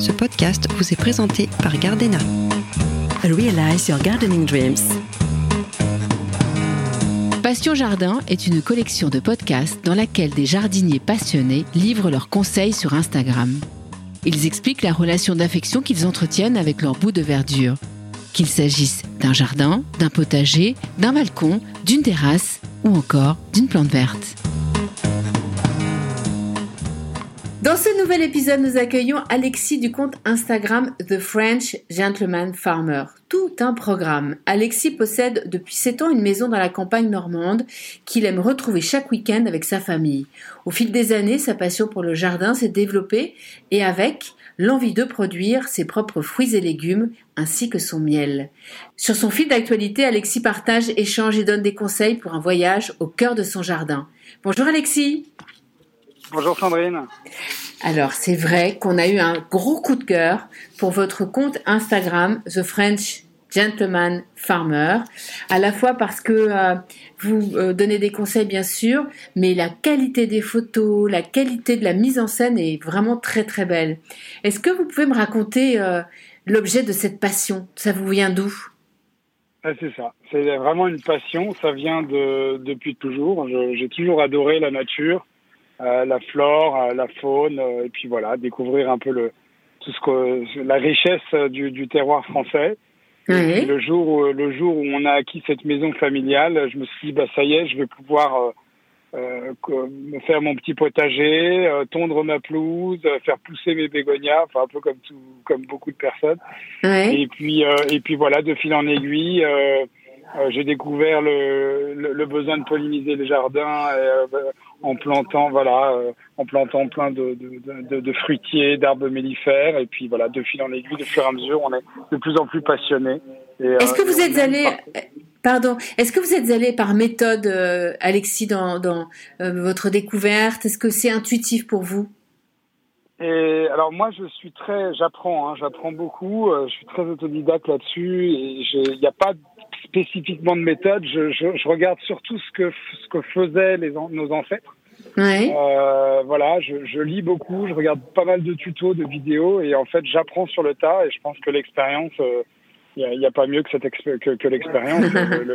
Ce podcast vous est présenté par Gardena. Realize your gardening dreams. Passion Jardin est une collection de podcasts dans laquelle des jardiniers passionnés livrent leurs conseils sur Instagram. Ils expliquent la relation d'affection qu'ils entretiennent avec leur bout de verdure. Qu'il s'agisse d'un jardin, d'un potager, d'un balcon, d'une terrasse ou encore d'une plante verte. Dans ce nouvel épisode, nous accueillons Alexis du compte Instagram The French Gentleman Farmer. Tout un programme. Alexis possède depuis 7 ans une maison dans la campagne normande qu'il aime retrouver chaque week-end avec sa famille. Au fil des années, sa passion pour le jardin s'est développée et avec l'envie de produire ses propres fruits et légumes ainsi que son miel. Sur son fil d'actualité, Alexis partage, échange et donne des conseils pour un voyage au cœur de son jardin. Bonjour Alexis. Bonjour Sandrine. Alors, c'est vrai qu'on a eu un gros coup de cœur pour votre compte Instagram, The French Gentleman Farmer, à la fois parce que vous donnez des conseils bien sûr, mais la qualité des photos, la qualité de la mise en scène est vraiment très très belle. Est-ce que vous pouvez me raconter l'objet de cette passion ? Ça vous vient d'où ? C'est ça, c'est vraiment une passion, ça vient depuis toujours. J'ai toujours adoré la nature. La flore, la faune, et puis voilà, découvrir un peu la richesse du terroir français. Oui. Et puis le jour où on a acquis cette maison familiale, je me suis dit ça y est, je vais pouvoir me faire mon petit potager, tondre ma pelouse, faire pousser mes bégonias, enfin un peu comme beaucoup de personnes. Oui. Et puis voilà, de fil en aiguille. J'ai découvert le besoin de polliniser les jardins en plantant plein de fruitiers, d'arbres mellifères, et puis voilà, de fil en aiguille, de fur et à mesure, on est de plus en plus passionnés. Est-ce que vous êtes allé par méthode, Alexis, dans votre découverte ? Est-ce que c'est intuitif pour vous ? Et alors moi, j'apprends beaucoup. Je suis très autodidacte là-dessus, et il n'y a pas spécifiquement de méthode. Je regarde surtout ce que faisaient nos ancêtres. Ouais. Voilà, je lis beaucoup, je regarde pas mal de tutos, de vidéos, et en fait, j'apprends sur le tas. Et je pense que l'expérience, il y a pas mieux que l'expérience,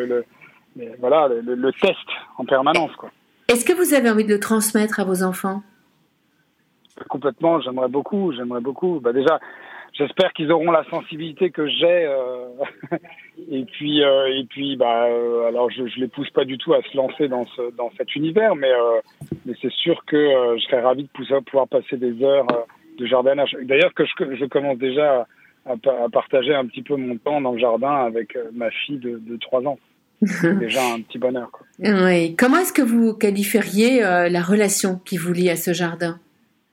le test en permanence, quoi. Est-ce que vous avez envie de le transmettre à vos enfants ? Complètement, j'aimerais beaucoup. Déjà, j'espère qu'ils auront la sensibilité que j'ai, et puis, alors je les pousse pas du tout à se lancer dans cet univers, mais c'est sûr que je serais ravi de pouvoir passer des heures de jardinage. D'ailleurs, que je commence déjà à partager un petit peu mon temps dans le jardin avec ma fille de 3 ans. C'est déjà un petit bonheur, quoi. Oui. Comment est-ce que vous qualifieriez la relation qui vous lie à ce jardin ?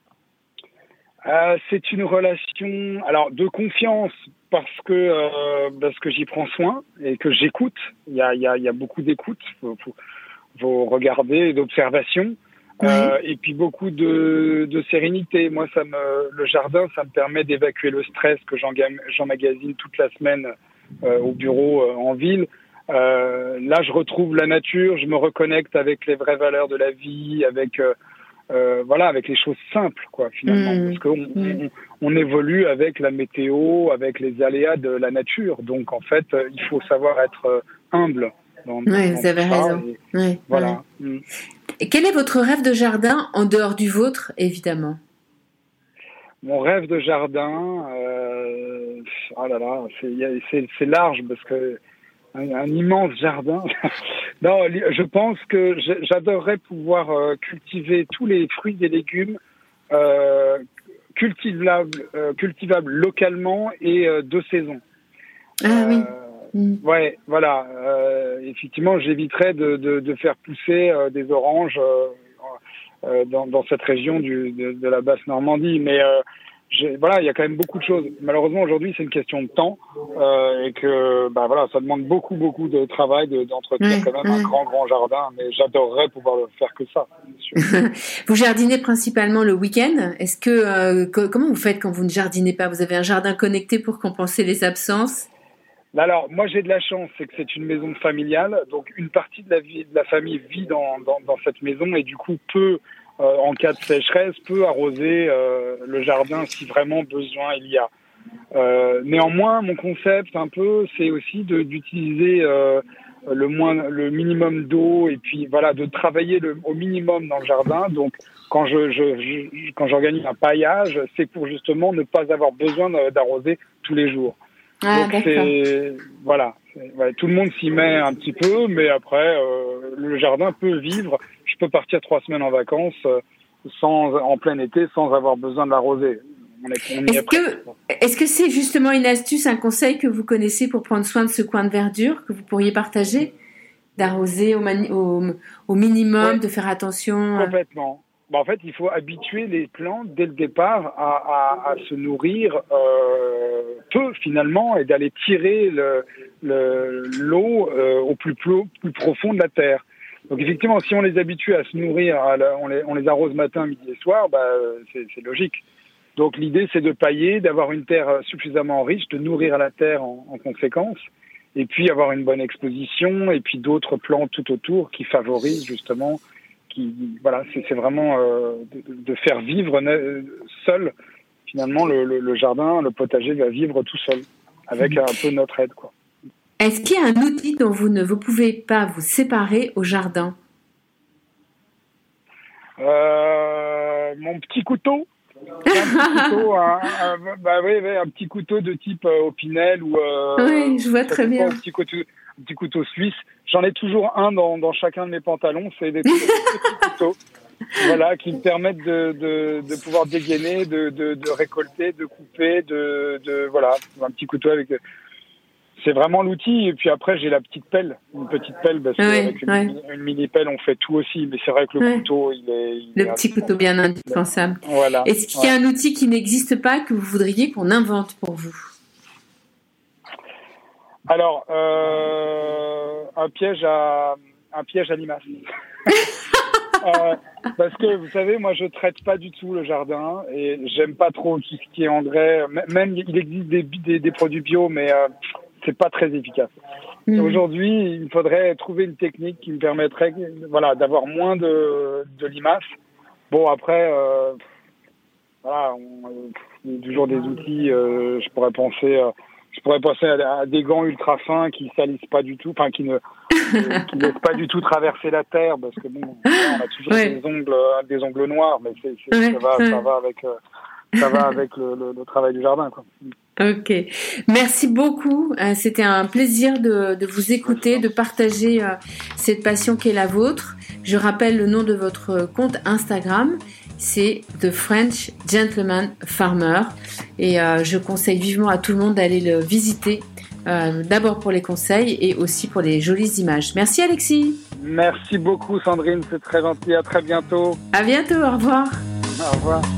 C'est une relation, alors de confiance, parce que j'y prends soin et que j'écoute. Il y a beaucoup d'écoute, faut regarder, et d'observation, oui. Et puis beaucoup de sérénité. Moi, le jardin, ça me permet d'évacuer le stress que j'emmagasine toute la semaine au bureau en ville. Là, je retrouve la nature, je me reconnecte avec les vraies valeurs de la vie, avec les choses simples, quoi, finalement, parce qu'on évolue avec la météo, avec les aléas de la nature. Donc, en fait, il faut savoir être humble. Oui, vous avez raison. Oui, voilà. Oui. Et quel est votre rêve de jardin en dehors du vôtre, évidemment ? Mon rêve de jardin, c'est large parce que un immense jardin. Non, je pense que j'adorerais pouvoir cultiver tous les fruits et légumes cultivables localement et de saison. Ah oui. Ouais, voilà. Effectivement, j'éviterais de faire pousser des oranges dans cette région de la basse Normandie, mais il y a quand même beaucoup de choses. Malheureusement, aujourd'hui, c'est une question de temps, et que, ça demande beaucoup de travail, d'entretenir quand même un grand jardin, mais j'adorerais pouvoir le faire que ça, bien sûr. Vous jardinez principalement le week-end. Est-ce que, comment vous faites quand vous ne jardinez pas ? Vous avez un jardin connecté pour compenser les absences ? Alors, moi, j'ai de la chance, c'est que c'est une maison familiale, donc une partie de la famille vit dans cette maison et du coup peut en cas de sécheresse, peut arroser le jardin si vraiment besoin il y a. Néanmoins, mon concept un peu, c'est aussi d'utiliser le minimum d'eau et puis voilà, de travailler au minimum dans le jardin. Donc, quand j'organise un paillage, c'est pour justement ne pas avoir besoin d'arroser tous les jours. Ah, donc d'accord. Tout le monde s'y met un petit peu, mais après le jardin peut vivre. Je peux partir 3 semaines en vacances en plein été sans avoir besoin de l'arroser. Est-ce que c'est justement une astuce, un conseil que vous connaissez pour prendre soin de ce coin de verdure que vous pourriez partager, d'arroser au minimum, ouais, de faire attention? Complètement. En fait, il faut habituer les plantes dès le départ à se nourrir peu finalement et d'aller tirer l'eau au plus profond de la terre. Donc effectivement, si on les habitue à se nourrir, on les arrose matin, midi et soir, c'est logique. Donc l'idée, c'est de pailler, d'avoir une terre suffisamment riche, de nourrir la terre en conséquence, et puis avoir une bonne exposition, et puis d'autres plantes tout autour qui favorisent justement, c'est vraiment de faire vivre seul. Finalement, le jardin, le potager va vivre tout seul, avec un peu notre aide, quoi. Est-ce qu'il y a un outil dont vous ne pouvez pas vous séparer au jardin? Mon petit couteau. Un petit couteau de type Opinel ou oui, je vois très bien. Un petit couteau suisse. J'en ai toujours un dans chacun de mes pantalons. C'est des petits couteaux, voilà, qui me permettent de pouvoir dégainer, de récolter, de couper, voilà, un petit couteau avec. C'est vraiment l'outil. Et puis après, j'ai la petite pelle, une petite pelle, parce qu'avec une mini pelle, on fait tout aussi. Mais c'est vrai que le couteau, le petit couteau bien indispensable. Voilà. Est-ce qu'il y a un outil qui n'existe pas que vous voudriez qu'on invente pour vous? Alors, un piège à limaces. Parce que vous savez, moi, je traite pas du tout le jardin et j'aime pas trop tout ce qui est engrais. Même il existe des produits bio, mais c'est pas très efficace. Aujourd'hui, il faudrait trouver une technique qui me permettrait, voilà, d'avoir moins de limaces. Bon, après, voilà, il y a toujours des outils. Je pourrais penser à des gants ultra fins qui salissent pas du tout, enfin qui laissent pas du tout traverser la terre, parce que bon, on a toujours des ongles noirs, mais ça va avec le travail du jardin, quoi. Ok, merci beaucoup. C'était un plaisir de vous écouter, de partager cette passion qui est la vôtre. Je rappelle le nom de votre compte Instagram, c'est The French Gentleman Farmer, et je conseille vivement à tout le monde d'aller le visiter, d'abord pour les conseils et aussi pour les jolies images. Merci Alexis. Merci beaucoup Sandrine, c'est très gentil. À très bientôt. À bientôt, au revoir. Au revoir.